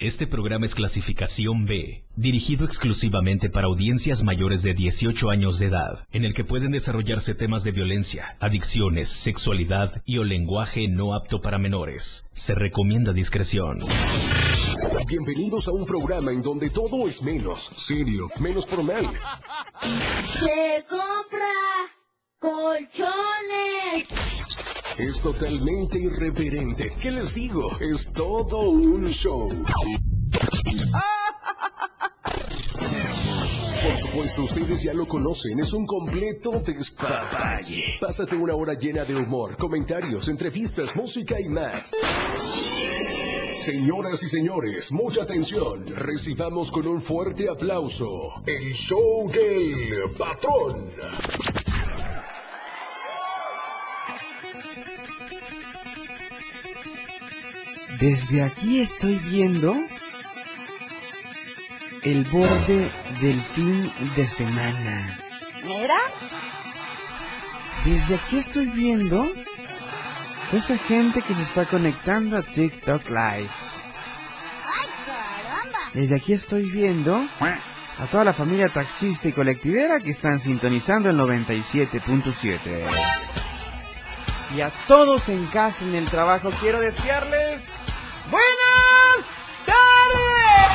Este programa es clasificación B, dirigido exclusivamente para audiencias mayores de 18 años de edad, en el que pueden desarrollarse temas de violencia, adicciones, sexualidad y o lenguaje no apto para menores. Se recomienda discreción. Bienvenidos a un programa en donde todo es menos serio, menos formal. Se compra colchones. Es totalmente irreverente. ¿Qué les digo? Es todo un show. Por supuesto, ustedes ya lo conocen. Es un completo despapalle. Pásate una hora llena de humor, comentarios, entrevistas, música y más. Señoras y señores, mucha atención. Recibamos con un fuerte aplauso el show del patrón. Desde aquí estoy viendo el borde del fin de semana. ¿Mira? Desde aquí estoy viendo esa gente que se está conectando a TikTok Live. ¡Ay, caramba! Desde aquí estoy viendo a toda la familia taxista y colectivera que están sintonizando el 97.7. Y a todos en casa, en el trabajo, quiero desearles ¡buenas tardes!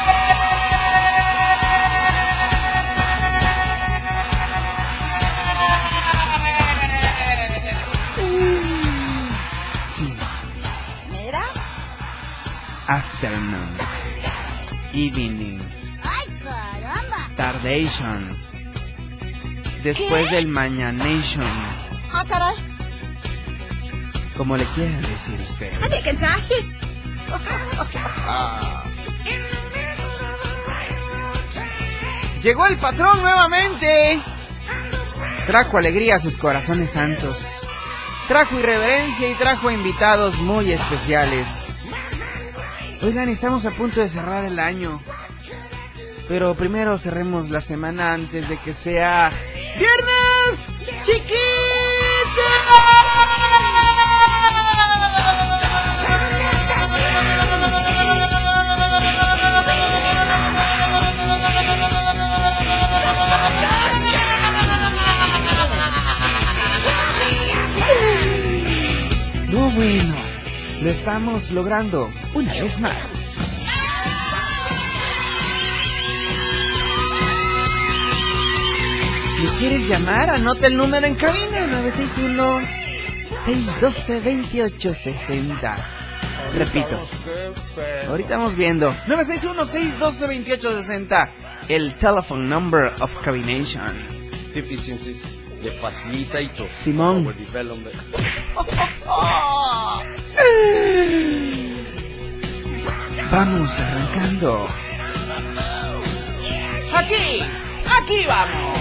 Sí. ¿Mira? Afternoon. Evening. ¡Ay, caramba! Tardation. Después ¿Qué? del Mañanation. ¡Ah, caray! Como le quieran decir ustedes. ¡Qué traje! Llegó el patrón nuevamente. Trajo alegría a sus corazones santos. Trajo irreverencia y trajo invitados muy especiales. Oigan, estamos a punto de cerrar el año. Pero primero cerremos la semana antes de que sea ¡Viernes Chiquito! No, bueno, lo estamos logrando una vez más. ¿Me quieres llamar? Anota el número en cabina, 961-612-2860. Repito, ahorita vamos viendo. 961-612-2860. El telephone number of combination. Deficiencies le facilita y todo. Simón. Power development. Vamos arrancando. Aquí vamos.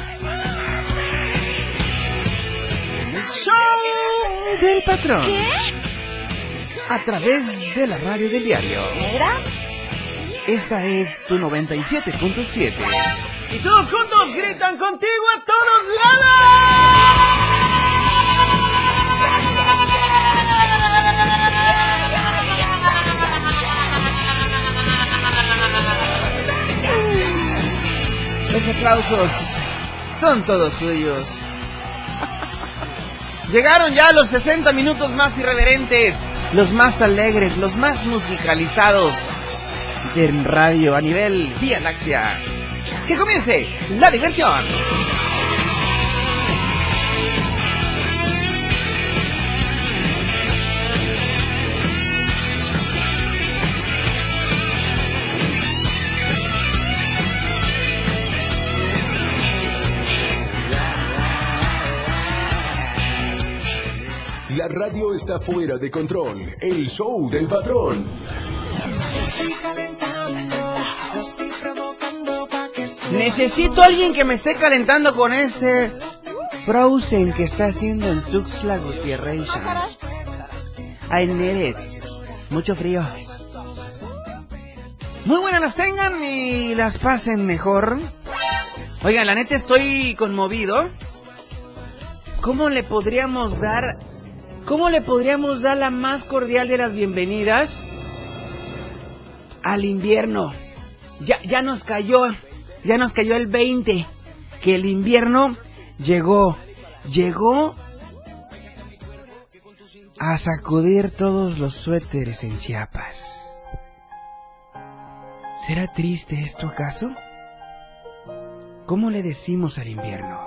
El show del patrón. ¿Qué? A través de la radio del diario. ¿Mira? Esta es tu 97.7. Y todos juntos gritan contigo a todos lados. Los aplausos son todos suyos. Llegaron ya los 60 minutos más irreverentes, los más alegres, los más musicalizados de radio a nivel Vía Láctea. ¡Que comience la diversión! La radio está fuera de control. El show del patrón. Necesito a alguien que me esté calentando con este Frozen que está haciendo en Tuxtla Gutiérrez. I need it. Mucho frío. Muy buenas las tengan y las pasen mejor. Oigan, la neta estoy conmovido. ¿Cómo le podríamos dar la más cordial de las bienvenidas al invierno. Ya nos cayó el 20, que el invierno llegó a sacudir todos los suéteres en Chiapas. ¿Será triste esto acaso? ¿Cómo le decimos al invierno?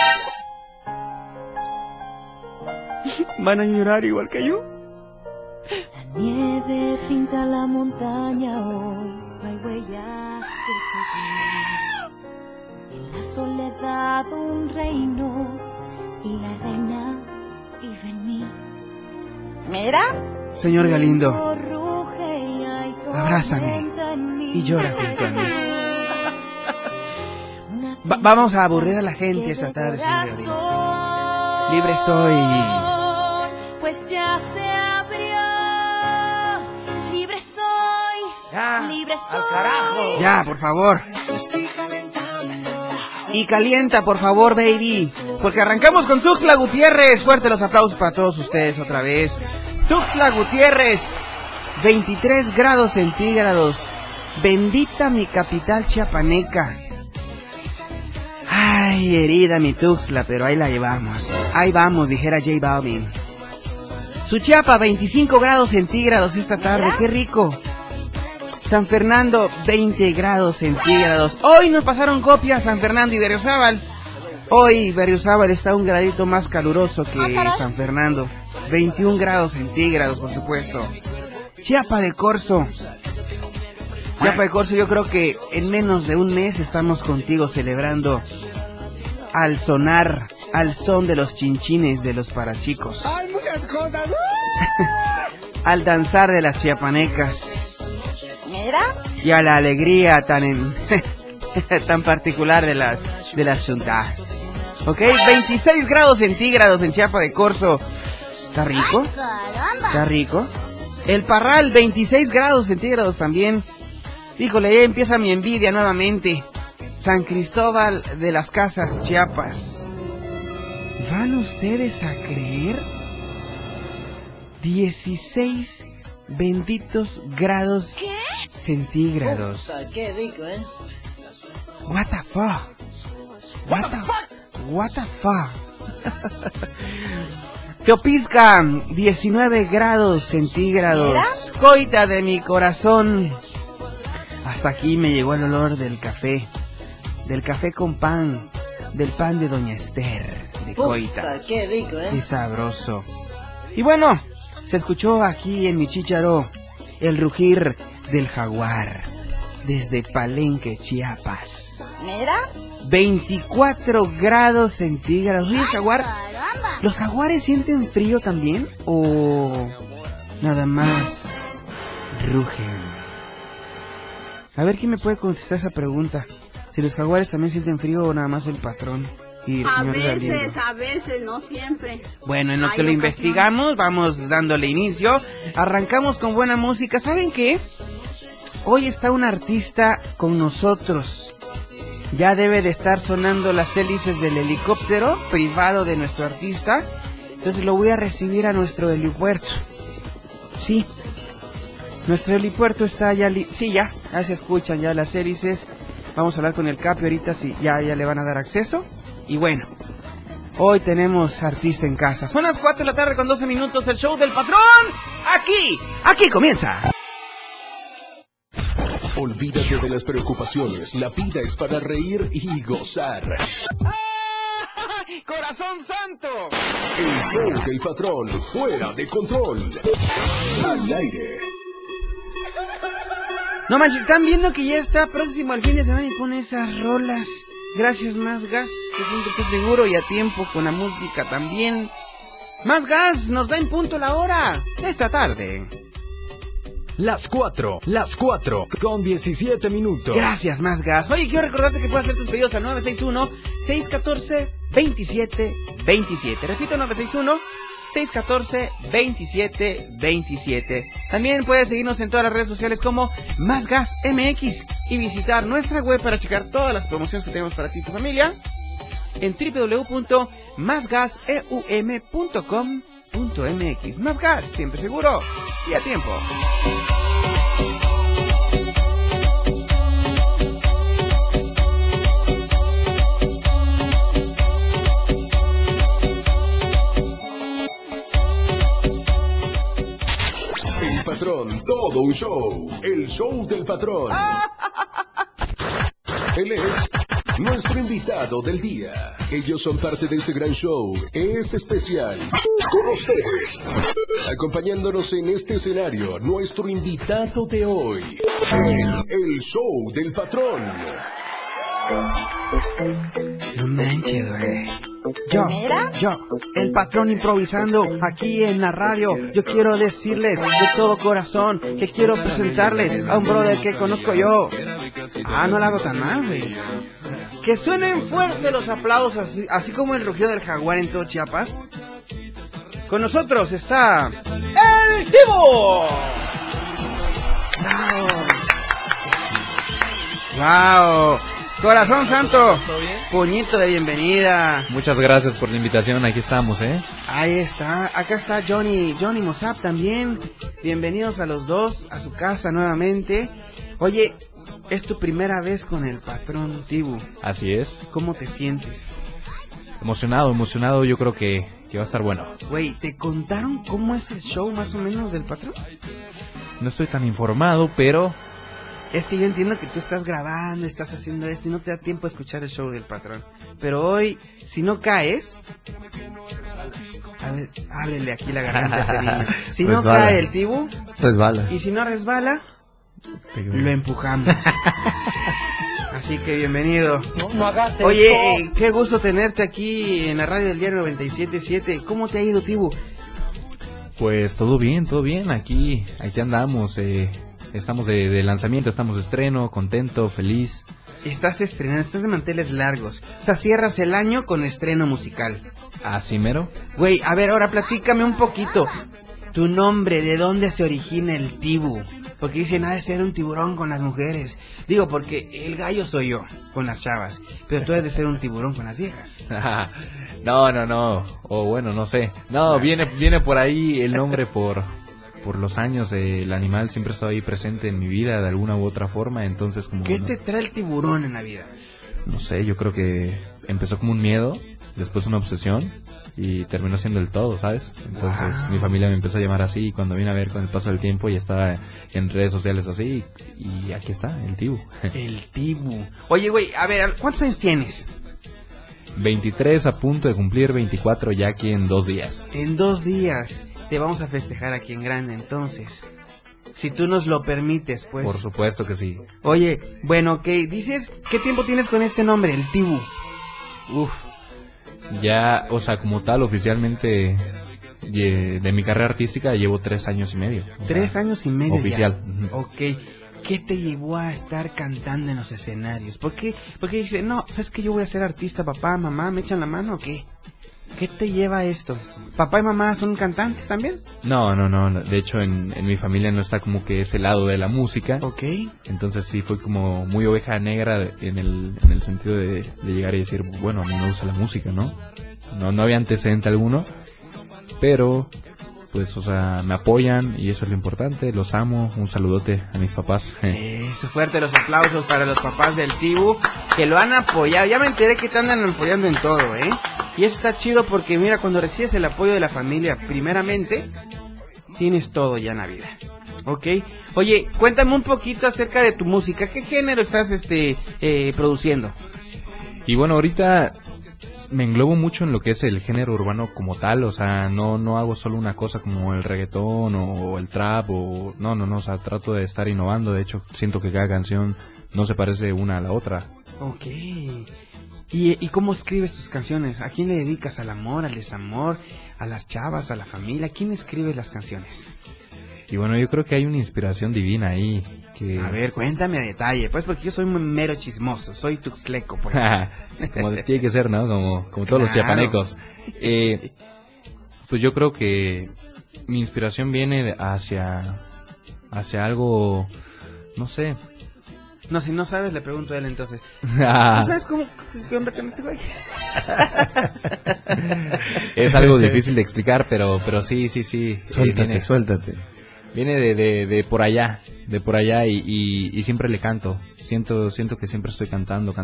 ¿Van a llorar igual que yo? La nieve pinta la montaña hoy, no hay huellas del seguir. En la soledad un reino y la reina vive en mí. Mira. Señor Galindo, abrázame y llora junto a mí. Vamos a aburrir a la gente esta tarde, señor Galindo. Libre soy. Pues ya se abrió. Libre soy. Ya, libre soy. al carajo. Ya, por favor. Y calienta, por favor, baby. Porque arrancamos con Tuxtla Gutiérrez. Fuerte los aplausos para todos ustedes otra vez. Tuxtla Gutiérrez, 23 grados centígrados. Bendita mi capital chiapaneca. Ay, herida mi Tuxtla, pero ahí la llevamos. Ahí vamos, dijera J Balvin. Suchiapa, 25 grados centígrados esta tarde. ¡Qué rico! San Fernando, 20 grados centígrados. Hoy nos pasaron copia San Fernando y Berriozábal. Hoy Berriozábal está un gradito más caluroso que San Fernando. 21 grados centígrados, por supuesto. Chiapa de Corzo. Chiapa de Corzo, yo creo que en menos de un mes estamos contigo celebrando al sonar, al son de los chinchines de los parachicos. ¡Hay muchas cosas! Al danzar de las chiapanecas. Mira. Y a la alegría tan tan particular de las chuntas. ¿Ok? 26 grados centígrados en Chiapa de Corzo. ¿Está rico? ¿Está rico? El Parral, 26 grados centígrados también. Híjole, ya empieza mi envidia nuevamente. San Cristóbal de las Casas, Chiapas. ¿Van ustedes a creer? 16 benditos grados centígrados. Puta, qué rico, ¿eh? What the fuck? What the fuck? Teopisca, 19 grados centígrados. ¿Mira? Coita de mi corazón. Hasta aquí me llegó el olor del café. Del café con pan. Del pan de Doña Esther. De Coita. Puta, qué rico, ¿eh? Qué sabroso. Y bueno, se escuchó aquí en mi chícharo el rugir del jaguar. Desde Palenque, Chiapas. Mira. 24 grados centígrados. Oye, jaguar, Caramba. ¿los jaguares sienten frío también? ¿O nada más rugen? A ver, ¿quién me puede contestar esa pregunta? Si los jaguares también sienten frío o nada más el patrón y el señor Galindo. A veces, no siempre. Bueno, en lo Hay que lo ocasión. investigamos, vamos dándole inicio. Arrancamos con buena música. ¿Saben qué? Hoy está un artista con nosotros. Ya debe de estar sonando las hélices del helicóptero privado de nuestro artista. Entonces lo voy a recibir a nuestro helipuerto. Sí. Nuestro helipuerto está ya... Sí, ya se escuchan ya las hélices. Vamos a hablar con el Capi ahorita si ya le van a dar acceso. Y bueno, hoy tenemos artista en casa. Son las 4 de la tarde con 12 minutos. El show del patrón. Aquí comienza. Olvídate de las preocupaciones. La vida es para reír y gozar. ¡Corazón santo! El show del patrón, fuera de control. Al aire. No manches, están viendo que ya está próximo al fin de semana y pone esas rolas. Gracias, Más Gas, que siento que es seguro y a tiempo con la música también. Más Gas nos da en punto la hora esta tarde. Las 4 con 17 minutos. Gracias, Más Gas. Oye, quiero recordarte que puedes hacer tus pedidos al 961-614-2727. Repito, 961-614-2727. También puedes seguirnos en todas las redes sociales como Más Gas MX y visitar nuestra web para checar todas las promociones que tenemos para ti y tu familia en www.másgaseum.com.mx. Más Gas, siempre seguro y a tiempo. un show, el show del patrón. Él es nuestro invitado del día. Ellos son parte de este gran show. Es especial. Con ustedes, acompañándonos en este escenario, nuestro invitado de hoy. El show del patrón. No manches, güey. Yo, el patrón improvisando aquí en la radio. Yo quiero decirles de todo corazón que quiero presentarles a un brother que conozco yo. No la hago tan mal, güey. Que suenen fuerte los aplausos, así como el rugido del jaguar en todo Chiapas. Con nosotros está el Tibu. ¡Wow! Corazón santo, puñito de bienvenida. Muchas gracias por la invitación, aquí estamos, Ahí está, acá está Johnny Mozap también. Bienvenidos a los dos, a su casa nuevamente. Oye, es tu primera vez con el patrón Tibu. Así es. ¿Cómo te sientes? Emocionado, yo creo que va a estar bueno. Güey, ¿te contaron cómo es el show más o menos del patrón? No estoy tan informado, pero... Es que yo entiendo que tú estás grabando, estás haciendo esto y no te da tiempo a escuchar el show del patrón. Pero hoy, si no caes... A ver, ábrele aquí la garganta a este niño. Si no cae el Tibu... Resbala. Y si no resbala, lo empujamos. Así que bienvenido. No hagas eso. Oye, qué gusto tenerte aquí en la radio del Diario 97.7. ¿Cómo te ha ido, Tibu? Pues todo bien. Aquí andamos, estamos de lanzamiento, estamos de estreno, contento, feliz. Estás estrenando, estás de manteles largos. O sea, cierras el año con estreno musical. ¿Así mero? Güey, a ver, ahora platícame un poquito. Tu nombre, ¿de dónde se origina el Tibu? Porque dicen, de ser un tiburón con las mujeres. Digo, porque el gallo soy yo, con las chavas. Pero tú debes de ser un tiburón con las viejas. No. O bueno, no sé. No, viene por ahí el nombre por los años. El animal siempre está ahí presente en mi vida de alguna u otra forma. Entonces, como... ¿Qué te trae el tiburón en la vida? No sé, yo creo que empezó como un miedo, después una obsesión y terminó siendo el todo, ¿sabes? Entonces mi familia me empezó a llamar así y cuando vine a ver con el paso del tiempo ya estaba en redes sociales así y aquí está, el Tibu. El Tibu. Oye, güey, a ver, ¿cuántos años tienes? 23, a punto de cumplir 24 ya aquí en 2 días. En 2 días. Te vamos a festejar aquí en grande entonces. Si tú nos lo permites, pues. Por supuesto que sí. Oye, bueno, ok, dices, ¿qué tiempo tienes con este nombre, el Tibu? Ya, o sea, como tal, oficialmente, de mi carrera artística llevo 3 años y medio. 3 años y medio oficial. Ya. Ok. ¿Qué te llevó a estar cantando en los escenarios? ¿Por qué? Porque dice, no, ¿sabes que yo voy a ser artista, papá, mamá, me echan la mano o qué? ¿Qué te lleva a esto? ¿Papá y mamá son cantantes también? No. De hecho, en mi familia no está como que ese lado de la música. Ok. Entonces sí fue como muy oveja negra en el sentido de llegar y decir, bueno, a mí me gusta la música, ¿no? No había antecedente alguno, pero pues, o sea, me apoyan y eso es lo importante, los amo, un saludote a mis papás. Eso, fuerte los aplausos para los papás del Tibu, que lo han apoyado, ya me enteré que te andan apoyando en todo, y eso está chido porque mira, cuando recibes el apoyo de la familia, primeramente, tienes todo ya en la vida, ¿ok? Oye, cuéntame un poquito acerca de tu música, ¿qué género estás produciendo? Y bueno, ahorita me englobo mucho en lo que es el género urbano como tal, o sea, no hago solo una cosa como el reggaetón o el trap o no, o sea, trato de estar innovando, de hecho, siento que cada canción no se parece una a la otra. Ok. ¿Y cómo escribes tus canciones? ¿A quién le dedicas? ¿Al amor, al desamor, a las chavas, a la familia? ¿Quién escribe las canciones? Y bueno, yo creo que hay una inspiración divina ahí que... A ver, cuéntame a detalle, pues, porque yo soy un mero chismoso, soy tuxtleco, pues. Como tiene que ser, ¿no? Como todos los chiapanecos. Pues yo creo que mi inspiración viene hacia algo, no sé. No, si no sabes, le pregunto a él entonces. ¿No sabes qué onda con este güey? Es algo difícil de explicar, pero sí. Suéltate. Viene de por allá y siempre le canto. Siento que siempre estoy cantando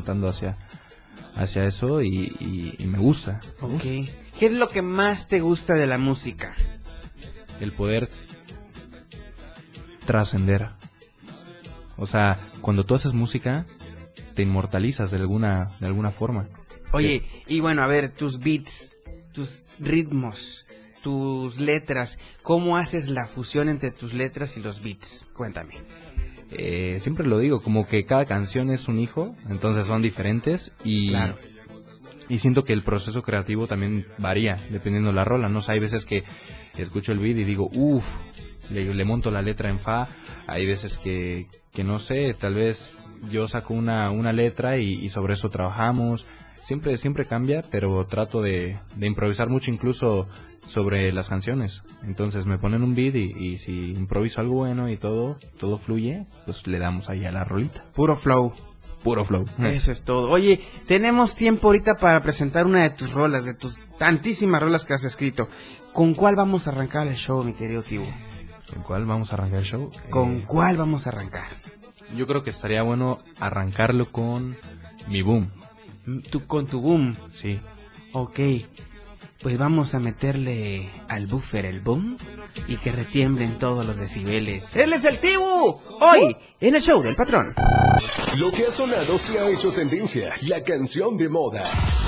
hacia eso y me gusta. Ok. ¿Qué es lo que más te gusta de la música? El poder trascender. O sea, cuando tú haces música, te inmortalizas de alguna forma. Oye, y bueno, a ver, tus beats, tus ritmos, tus letras, ¿cómo haces la fusión entre tus letras y los beats? Cuéntame. Siempre lo digo, como que cada canción es un hijo, entonces son diferentes y... Claro. Y siento que el proceso creativo también varía, dependiendo de la rola, ¿no? O sea, hay veces que escucho el beat y digo, le monto la letra en fa. Hay veces que no sé, tal vez yo saco una letra y sobre eso trabajamos. Siempre cambia, pero trato de improvisar mucho, incluso sobre las canciones. Entonces me ponen un beat y si improviso algo bueno y todo fluye, pues le damos ahí a la rolita. Puro flow. Puro flow. Eso es todo. Oye, tenemos tiempo ahorita para presentar una de tus rolas, de tus tantísimas rolas que has escrito. ¿Con cuál vamos a arrancar el show, mi querido Tibu? ¿Con cuál vamos a arrancar el show? ¿Con cuál vamos a arrancar? Yo creo que estaría bueno arrancarlo con Mi Boom. ¿Con tu boom? Sí. Ok, pues vamos a meterle al buffer el boom y que retiemblen todos los decibeles. ¡Él es el Tibu! Hoy, en el show del patrón. Lo que ha sonado se ha hecho tendencia, la canción de moda.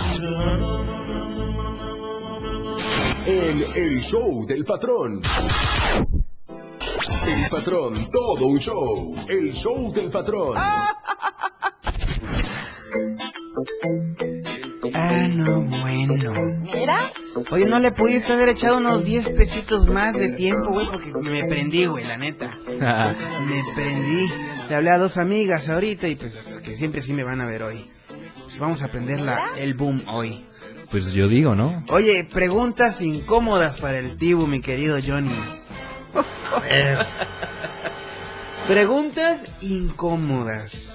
En el show del patrón. El patrón, todo un show. El show del patrón. No, bueno. Mira. Oye, ¿no le pudiste haber echado unos 10 pesitos más de tiempo, güey? Porque me prendí, güey, la neta. Me prendí. Le hablé a 2 amigas ahorita y pues que siempre sí me van a ver hoy. Pues vamos a aprender el boom hoy. Pues yo digo, ¿no? Oye, preguntas incómodas para el Tibu, mi querido Johnny. A ver. Preguntas incómodas.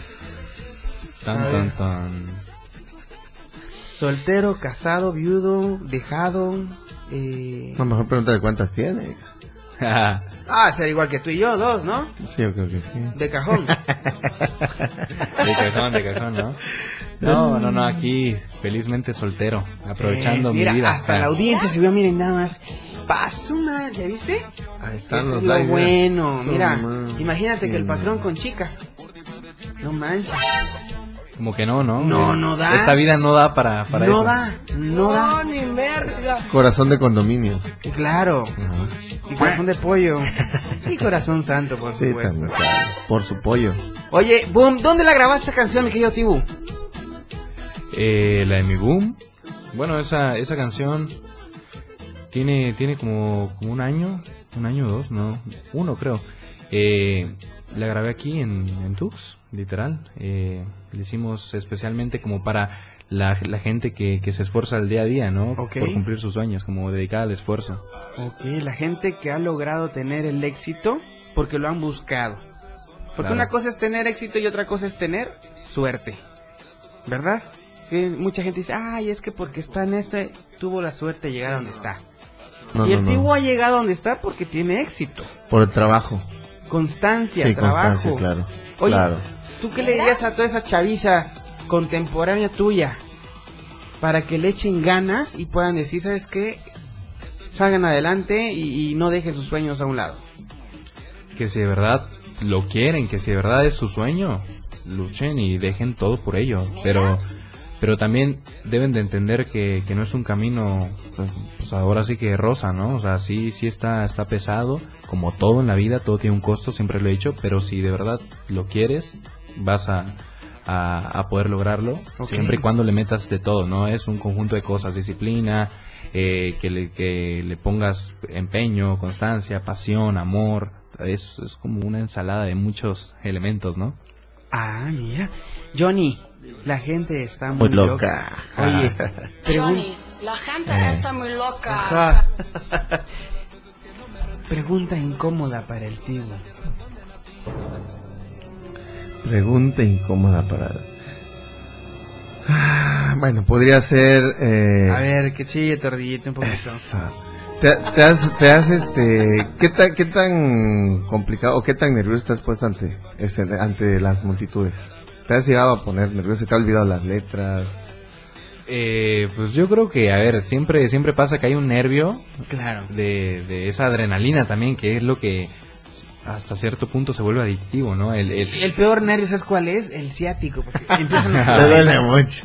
Tan. Soltero, casado, viudo, dejado. No, mejor pregúntale cuántas tiene. Será igual que tú y yo, 2, ¿no? Sí, yo creo que sí. De cajón. De cajón, ¿no? No, aquí felizmente soltero, aprovechando mi vida. Hasta la audiencia se vio, miren nada más. Paso una, ¿ya viste? Ahí están los likes. Bueno, mira, imagínate que el patrón con chica. No manches. Como que no. No da. Esta vida no da para eso. No da. Ni merda. Corazón de condominio. Claro. Y corazón de pollo. Y corazón santo, por supuesto. También, claro. Por su pollo. Oye, Boom, ¿dónde la grabaste esa canción, mi querido Tibu? La de Mi Boom. Bueno, esa canción tiene como un año o 2, no, 1 creo. La grabé aquí en Tux, literal. Le hicimos especialmente como para la gente que se esfuerza el día a día, ¿no? Okay. Por cumplir sus sueños, como dedicada al esfuerzo. Ok, la gente que ha logrado tener el éxito porque lo han buscado. Porque Claro. una cosa es tener éxito y otra cosa es tener suerte, ¿verdad? Que mucha gente dice, es que porque está en tuvo la suerte de llegar a donde está. Y el Tibu ha llegado a donde está porque tiene éxito. Por el trabajo. Constancia, Sí, trabajo. constancia, claro. Oye, Claro. ¿tú qué le dirías a toda esa chaviza contemporánea tuya para que le echen ganas y puedan decir, ¿sabes qué? Salgan adelante y no dejen sus sueños a un lado. Que si de verdad lo quieren, que si de verdad es su sueño, luchen y dejen todo por ello. Pero también deben de entender que no es un camino, pues ahora sí que rosa, ¿no? O sea, sí está pesado, como todo en la vida, todo tiene un costo, siempre lo he dicho, pero si de verdad lo quieres, vas a poder lograrlo, siempre y cuando le metas de todo, ¿no? Es un conjunto de cosas, disciplina, que le pongas empeño, constancia, pasión, amor, es como una ensalada de muchos elementos, ¿no? Mira, Johnny, la gente está muy loca. Oye, Johnny, la gente está muy loca. Ajá. Pregunta incómoda para el Tibu. Pregunta incómoda para... Bueno, podría ser... A ver, que chille tordillito un poquito. ¿Te has qué tan complicado o qué tan nervioso te has puesto ante las multitudes? ¿Te has llegado a poner nervioso? ¿Te ha olvidado las letras? Pues yo creo que, a ver, siempre pasa que hay un nervio. Claro. De esa adrenalina también, que es lo que hasta cierto punto se vuelve adictivo, ¿no? El peor nervio, ¿sabes cuál es? El ciático, porque empiezan Me duele mucho.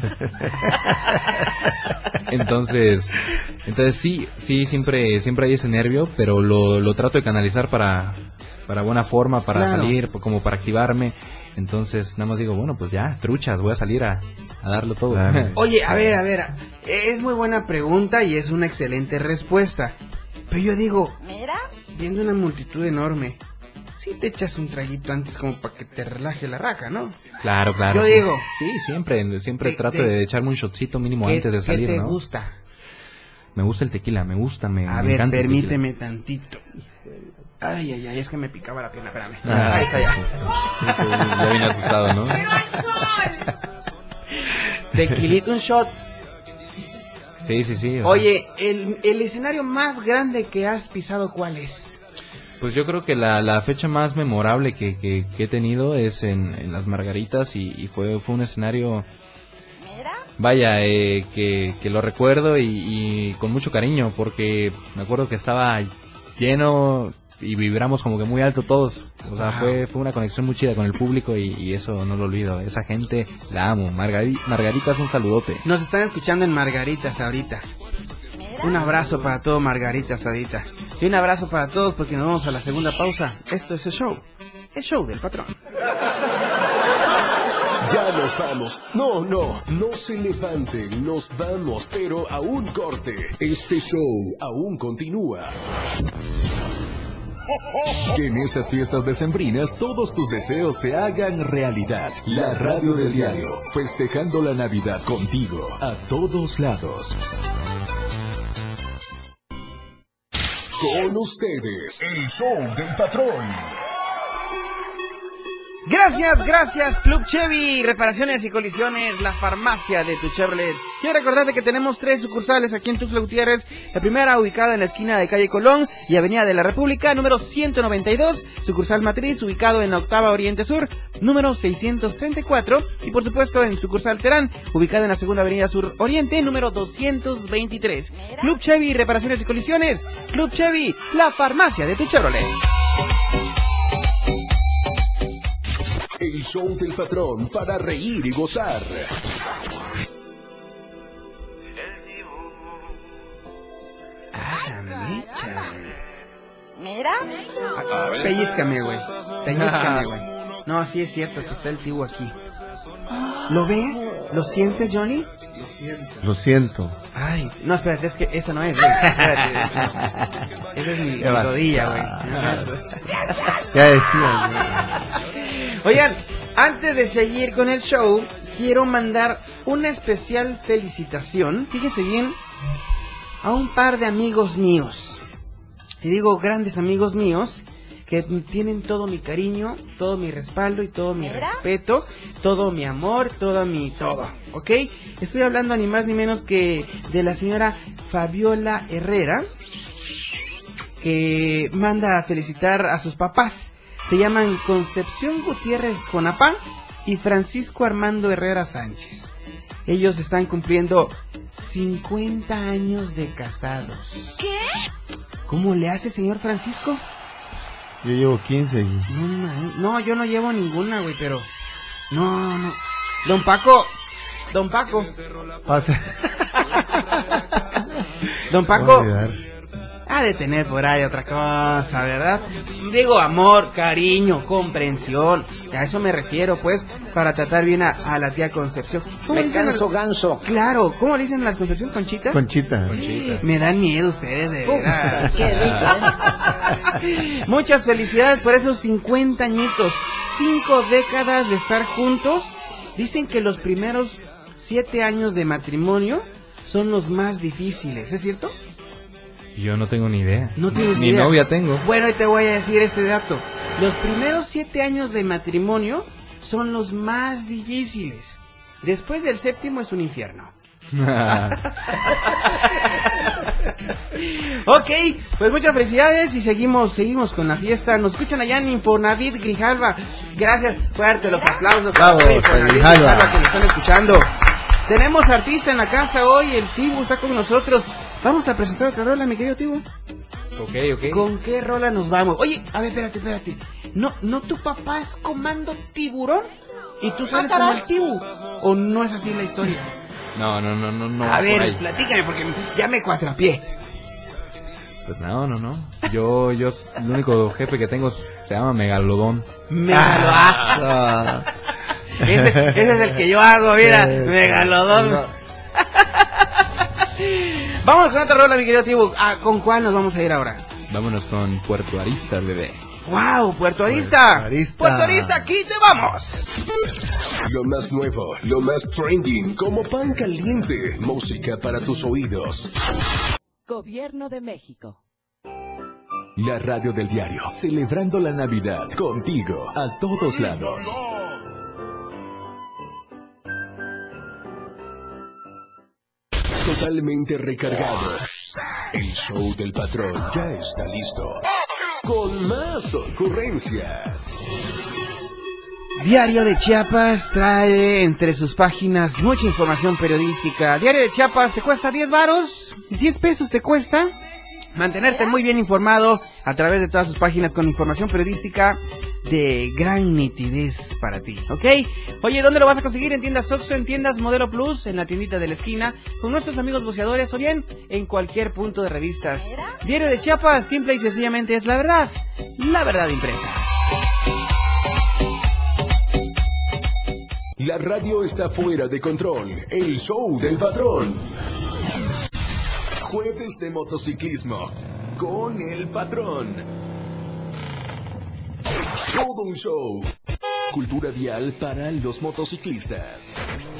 Entonces sí, siempre hay ese nervio, pero lo trato de canalizar para buena forma, para salir, como para activarme. Entonces nada más digo, bueno, pues ya, truchas, voy a salir a darlo todo. Oye, a ver, es muy buena pregunta y es una excelente respuesta. Pero yo digo, viendo una multitud enorme, sí te echas un traguito antes como para que te relaje la raja, ¿no? Claro. Yo digo. Sí, siempre trato de echarme un shotcito mínimo antes de salir, ¿qué te ¿no? gusta? Me gusta el tequila, me A ver, encanta permíteme tantito. Ay, es que me picaba la pierna, espérame. Ah, Ahí está ya. Ya vine asustado, ¿no? Tequilito, un shot. Sí. Oye, el escenario más grande que has pisado, ¿cuál es? Pues yo creo que la fecha más memorable que he tenido es en las Margaritas y fue un escenario, vaya, que lo recuerdo y con mucho cariño, porque me acuerdo que estaba lleno y vibramos como que muy alto todos. O sea, fue una conexión muy chida con el público y eso no lo olvido. Esa gente la amo. Margaritas, un saludote. Nos están escuchando en Margaritas ahorita. Un abrazo para todos Margaritas ahorita. Y un abrazo para todos porque nos vamos a la segunda pausa. Esto es el show del patrón. Ya nos vamos. No se levanten, nos vamos, pero a un corte. Este show aún continúa. Que en estas fiestas decembrinas todos tus deseos se hagan realidad. La radio del diario, festejando la Navidad contigo, a todos lados. Con ustedes, el show del patrón. Gracias Club Chevy, reparaciones y colisiones, la farmacia de tu Chevrolet. Quiero recordarte que tenemos 3 sucursales aquí en Tuxtla Gutiérrez. La primera ubicada en la esquina de calle Colón y Avenida de la República, número 192, sucursal matriz ubicado en Octava Oriente Sur, número 634, y por supuesto en sucursal Terán, ubicada en la segunda Avenida Sur Oriente, número 223. Club Chevy, reparaciones y colisiones. Club Chevy, la farmacia de tu Chevrolet. El show del patrón para reír y gozar. Ah, mecha. Mira. Pellízcame, güey. No, sí es cierto que está el tibu aquí. ¿Lo ves? ¿Lo sientes, Johnny? Lo siento. Ay, no, espérate, es que esa no es, güey. Espérate. Esa es mi rodilla, güey. Ya decía, güey. Oigan, antes de seguir con el show, quiero mandar una especial felicitación, fíjense bien, a un par de amigos míos. Y digo grandes amigos míos, que tienen todo mi cariño, todo mi respaldo y todo mi respeto, todo mi amor, todo, ¿ok? Estoy hablando ni más ni menos que de la señora Fabiola Herrera, que manda a felicitar a sus papás. Se llaman Concepción Gutiérrez Jonapán y Francisco Armando Herrera Sánchez. Ellos están cumpliendo 50 años de casados. ¿Qué? ¿Cómo le hace, señor Francisco? Yo llevo 15. No, yo no llevo ninguna, güey, pero... No. Don Paco. Pasa. Don Paco... Ha de tener por ahí otra cosa, ¿verdad? Digo, amor, cariño, comprensión. A eso me refiero, pues, para tratar bien a la tía Concepción. Me canso, ganso. Claro, ¿cómo le dicen a las Concepción? ¿Conchitas? Conchita. Me dan miedo ustedes, de verdad. Qué rico. Muchas felicidades por esos 50 añitos. 5 décadas de estar juntos. Dicen que los primeros 7 años de matrimonio son los más difíciles, ¿es cierto? Yo no tengo ni idea. No tienes ni idea. Ni novia tengo. Bueno, y te voy a decir este dato. Los primeros 7 años de matrimonio son los más difíciles. Después del 7º es un infierno. Ok, pues muchas felicidades y seguimos con la fiesta. Nos escuchan allá en Infonavit Grijalva. Gracias, fuerte los aplausos. Bravo, Infonavit Grijalva, que nos están escuchando. Tenemos artista en la casa hoy, el Tibu está con nosotros. Vamos a presentar otra rola, mi querido Tibu. Ok. ¿Con qué rola nos vamos? Oye, a ver, espérate. ¿No tu papá es Comando Tiburón? ¿Y tú sales como el Tibu? ¿O no es así la historia? No. A ver, platícame porque ya me cuatrapié. Pues no. Yo, el único jefe que tengo se llama Megalodón. Megalodón. Ese es el que yo hago, mira, Megalodón. Vámonos con otra rola, mi querido Tibu. ¿Con cuál nos vamos a ir ahora? Vámonos con Puerto Arista, bebé. ¡Wow! ¡Puerto Arista! ¡Puerto Arista, aquí te vamos! Lo más nuevo, lo más trending, como pan caliente. Música para tus oídos. Gobierno de México. La radio del diario, celebrando la Navidad contigo a todos lados. Totalmente recargado. El show del patrón ya está listo. Con más ocurrencias. Diario de Chiapas trae entre sus páginas mucha información periodística. Diario de Chiapas te cuesta 10 varos, 10 pesos te cuesta mantenerte muy bien informado a través de todas sus páginas con información periodística de gran nitidez para ti, ¿ok? Oye, ¿dónde lo vas a conseguir? En tiendas Oxxo, en tiendas Modelo Plus, en la tiendita de la esquina, con nuestros amigos boceadores o bien en cualquier punto de revistas. Diario de Chiapas, simple y sencillamente es la verdad impresa. La radio está fuera de control. El show del patrón. Jueves de motociclismo con el patrón. Todo un show. Cultura vial para los motociclistas.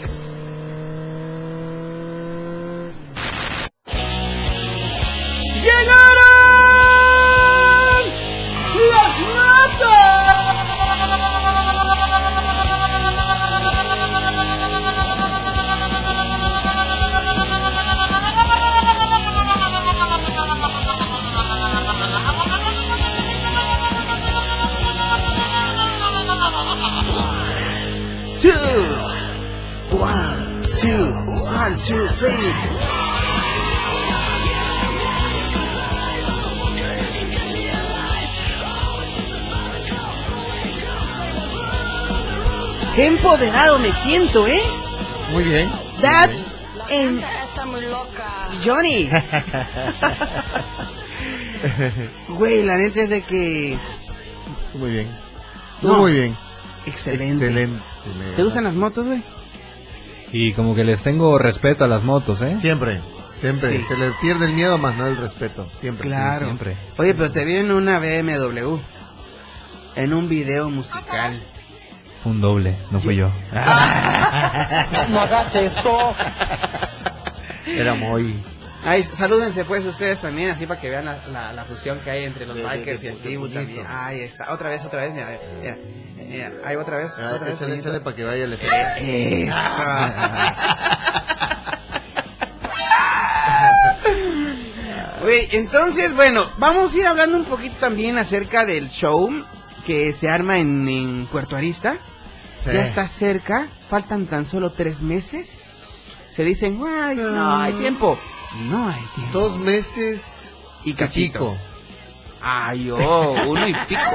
¡Llegaron las motos! One, two, three. ¡Qué empoderado me siento, eh! Muy bien. That's Johnny. Güey, la neta es de que... Muy bien. Muy bien. Excelente. ¿Te gustan las motos, güey? Y como que les tengo respeto a las motos, ¿eh? Siempre. Sí. Se les pierde el miedo más no el respeto. Siempre. Claro. Sí, siempre. Oye, pero te vi en una BMW. En un video musical. Un doble, no fui yo. ¿Cómo hagas esto? Era muy... Ay, salúdense pues ustedes también, así para que vean la fusión que hay entre los bikers y el Tibu también. Ahí está, otra vez, mira. Ahí otra vez. Échale para que vaya el efecto. Eso. Güey, entonces, bueno, vamos a ir hablando un poquito también acerca del show que se arma en Puerto Arista. Sí. Ya está cerca, faltan tan solo 3 meses. Se dicen, ay, no hay tiempo. No hay tiempo. 2 meses y cachito. Ay, 1 y pico.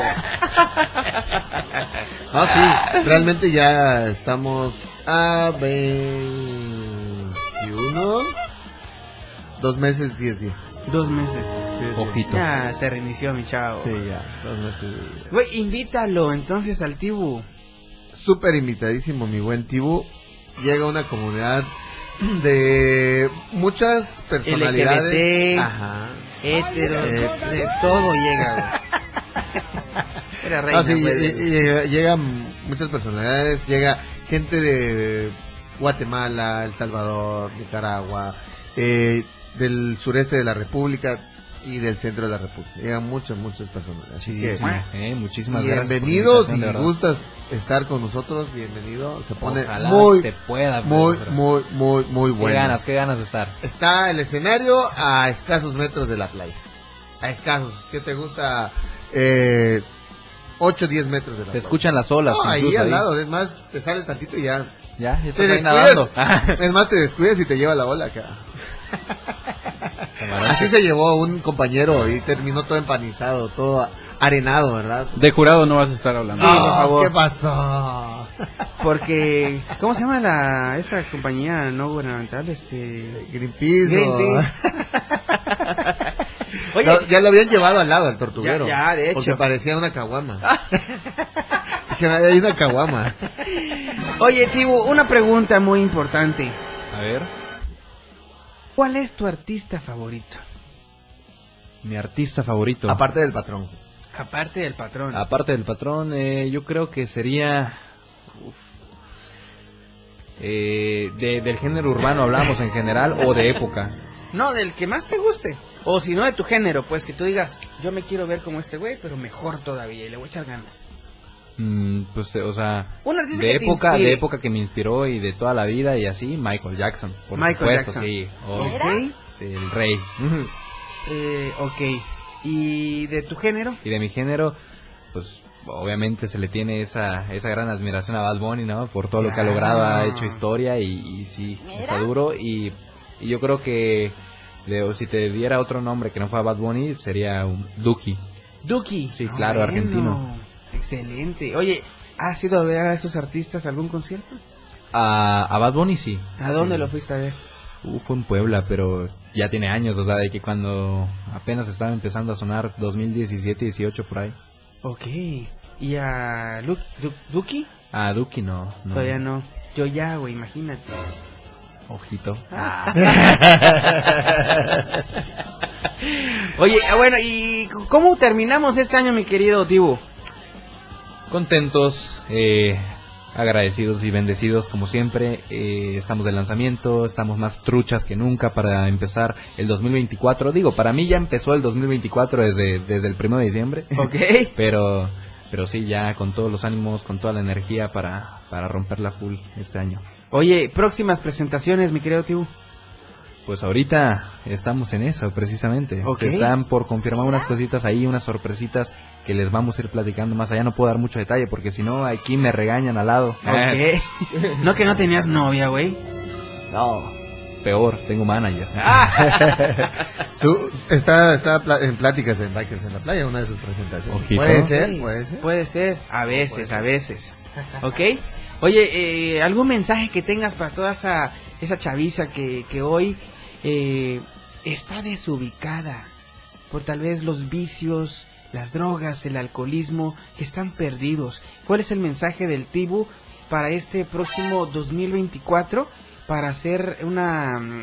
Sí, realmente ya estamos a 21. 2 meses, 10 días. 2 meses. Ojito. Ya se reinició mi chavo. Sí, ya, 2 meses. Güey, invítalo entonces al Tibu. Súper invitadísimo, mi buen Tibu. Llega una comunidad de muchas personalidades. LGBT, hetero, de todo llega, güey. Era reina, llegan muchas personalidades, llega gente de Guatemala, El Salvador, Nicaragua, del sureste de la República y del centro de la República. Llegan muchas personas. Así que, muchísimas gracias. Bienvenidos, si gustas estar con nosotros, bienvenido. Se pone se pueda, muy bueno. Qué ganas de estar. Está el escenario a escasos metros de la playa. A escasos. ¿Qué te gusta? 8 o 10 metros de la playa. Se escuchan las olas. No, ahí al lado. Es más, te sales tantito y ya. Ya te descuidas. Es más, te descuidas y te lleva la bola acá. Así se llevó un compañero y terminó todo empanizado, todo arenado, ¿verdad? De jurado no vas a estar hablando. Sí, por favor. ¿Qué pasó? Porque, ¿cómo se llama esta compañía no gubernamental? Greenpeace. Oye, no, ya lo habían llevado al lado, al tortuguero. Ya, de hecho. Porque parecía una caguama. Dije, hay una caguama. Oye, Tibu, una pregunta muy importante. A ver. ¿Cuál es tu artista favorito? Mi artista favorito. Aparte del patrón. Aparte del patrón. Aparte del patrón, yo creo que sería... del género urbano hablamos en general o de época. No, del que más te guste. O si no, de tu género, pues que tú digas, yo me quiero ver como este güey, pero mejor todavía, y le voy a echar ganas. Pues, o sea, un artista de que época, te de época que me inspiró y de toda la vida y así, Michael Jackson, por supuesto, Jackson. sí. Okay. Sí, el rey. Ok. ¿Y de tu género? Y de mi género, pues obviamente se le tiene esa gran admiración a Bad Bunny, ¿no? Por todo lo que ha logrado, ha hecho historia y sí, está duro. Y yo creo que si te diera otro nombre que no fuera Bad Bunny, sería un Duki. ¿Duki? Sí, claro, argentino. Excelente. Oye, ¿has ido a ver a esos artistas algún concierto? A Bad Bunny sí. ¿A dónde lo fuiste a ver? Fue en Puebla, pero ya tiene años, o sea, de que cuando apenas estaba empezando a sonar 2017, 18 por ahí. Ok. ¿Y a Duki? A Duki no. Todavía no. Yo ya, güey, imagínate. Ojito. Oye, bueno, ¿y cómo terminamos este año, mi querido Tibu? Contentos, agradecidos y bendecidos como siempre. Estamos de lanzamiento, estamos más truchas que nunca para empezar el 2024. Digo, para mí ya empezó el 2024 desde el 1 de diciembre. Ok. Pero sí, ya con todos los ánimos, con toda la energía para romperla full este año. Oye, próximas presentaciones, mi querido Tibu. Pues ahorita estamos en eso, precisamente. Okay. Se están por confirmar unas cositas ahí, unas sorpresitas que les vamos a ir platicando más allá. No puedo dar mucho detalle porque si no, aquí me regañan al lado. Ok. ¿No que no tenías novia, güey? No, peor, tengo manager. Está en pláticas en Bikers en la Playa, una de sus presentaciones. Ojito. Puede ser. A veces. ¿Ok? Oye, ¿algún mensaje que tengas para toda esa chaviza que hoy está desubicada por tal vez los vicios, las drogas, el alcoholismo, que están perdidos? ¿Cuál es el mensaje del Tibu para este próximo 2024 para hacer una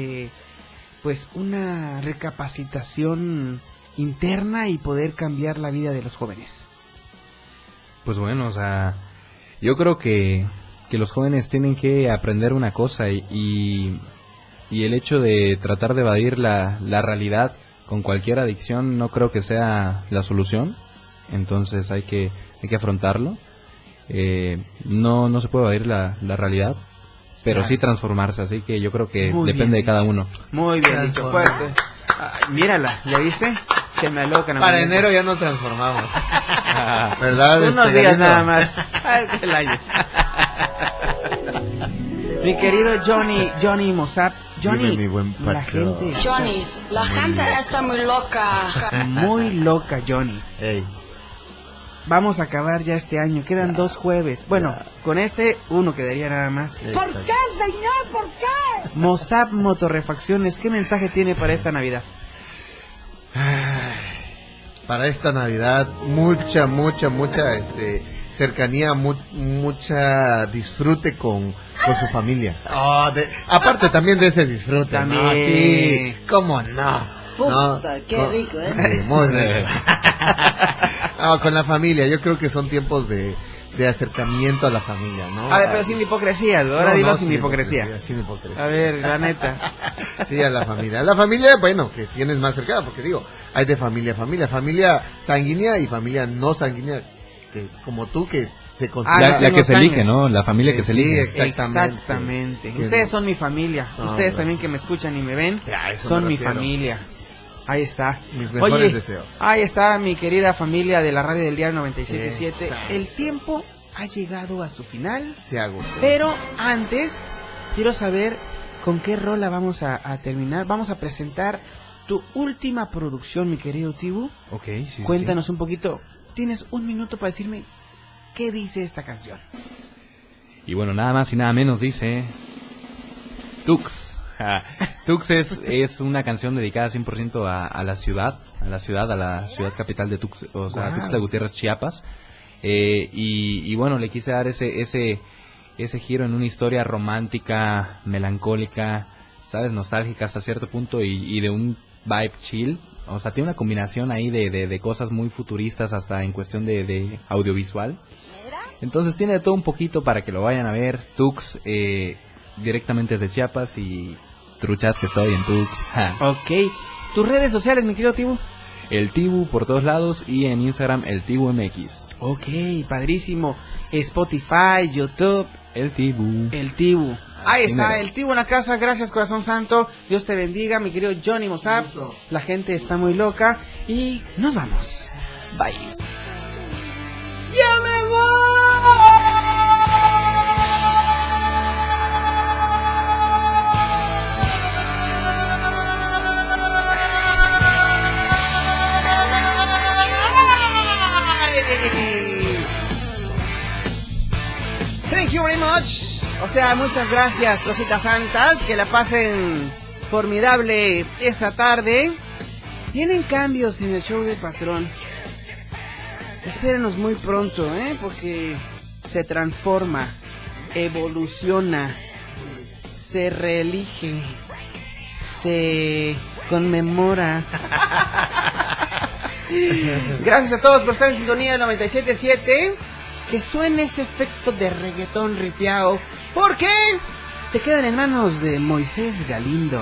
recapacitación interna y poder cambiar la vida de los jóvenes? Pues bueno, o sea, yo creo que los jóvenes tienen que aprender una cosa y el hecho de tratar de evadir la realidad con cualquier adicción no creo que sea la solución. Entonces hay que afrontarlo. No se puede evadir la realidad, pero sí transformarse, así que yo creo que depende de cada uno. Muy bien dicho, fuerte. Mírala, ¿ya viste? Se me alocan. Para enero ya nos transformamos. ¿Verdad? Unos días nada más. Mi querido Johnny Mozart. Johnny, mi buen la gente. Johnny, la gente está muy loca. Muy loca, Johnny. Ey. Vamos a acabar ya este año. Quedan 2 jueves. Bueno, con uno quedaría nada más. ¿Por qué, señor? ¿Por qué? Mozart Motorrefacciones, ¿qué mensaje tiene para esta Navidad? Para esta Navidad, mucha cercanía, mucha disfrute con su familia. Aparte también de ese disfrute. También. ¿No? Sí, ¿cómo no? Puta, qué rico, Sí, muy rico. Con la familia, yo creo que son tiempos de acercamiento a la familia, ¿no? A ver, pero sin hipocresía, ahora dilo sin hipocresía. Sin hipocresía. A ver, la neta. Sí, a la familia. La familia, bueno, que tienes más cercana, porque digo, hay de familia sanguínea y familia no sanguínea, que como tú, que se considera... La que se elige, ¿no? La familia que se elige. Sí, exactamente. Ustedes son mi familia. Ustedes también que me escuchan y me ven, son mi familia. Ahí está. Mis mejores deseos. Ahí está mi querida familia de la radio del Diario 97.7. El tiempo ha llegado a su final. Se agotó. Pero antes, quiero saber con qué rola vamos a terminar. Vamos a presentar tu última producción, mi querido Tibu. Ok, sí. Cuéntanos un poquito. Tienes un minuto para decirme qué dice esta canción. Y bueno, nada más y nada menos dice... Tux. Tux es una canción dedicada 100% a la ciudad capital de Tuxtla, o sea, Tuxtla Gutiérrez, Chiapas. Y bueno, le quise dar ese giro en una historia romántica, melancólica, ¿sabes? Nostálgica hasta cierto punto y de un vibe chill. O sea, tiene una combinación ahí de cosas muy futuristas hasta en cuestión de audiovisual. Entonces tiene de todo un poquito para que lo vayan a ver. Tux, directamente desde Chiapas y truchas que estoy en Tux. Ok. ¿Tus redes sociales, mi querido Tibu? El Tibu por todos lados y en Instagram el Tibu MX. Ok, padrísimo. Spotify, YouTube. El Tibu. El Tibu. Ahí está, Primero. el Tibu en la casa. Gracias, corazón santo. Dios te bendiga, mi querido Johnny Mozart. La gente está muy loca y nos vamos. Bye. ¡Ya me Thank you very much. O sea, muchas gracias, cositas santas. Que la pasen formidable esta tarde. Tienen cambios en el show del patrón. Espérenos muy pronto, porque se transforma, evoluciona, se reelige, se conmemora. Gracias a todos por estar en sintonía del 97.7. Que suene ese efecto de reggaetón ripiao, porque se quedan en manos de Moisés Galindo.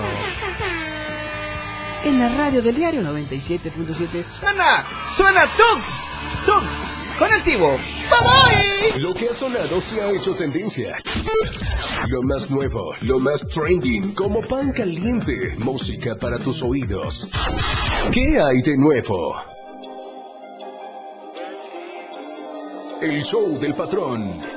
En la radio del diario 97.7 suena Tux con el Tibu. Bye bye. Lo que ha sonado se ha hecho tendencia. Lo más nuevo, lo más trending, como pan caliente, música para tus oídos. ¿Qué hay de nuevo? El show del patrón.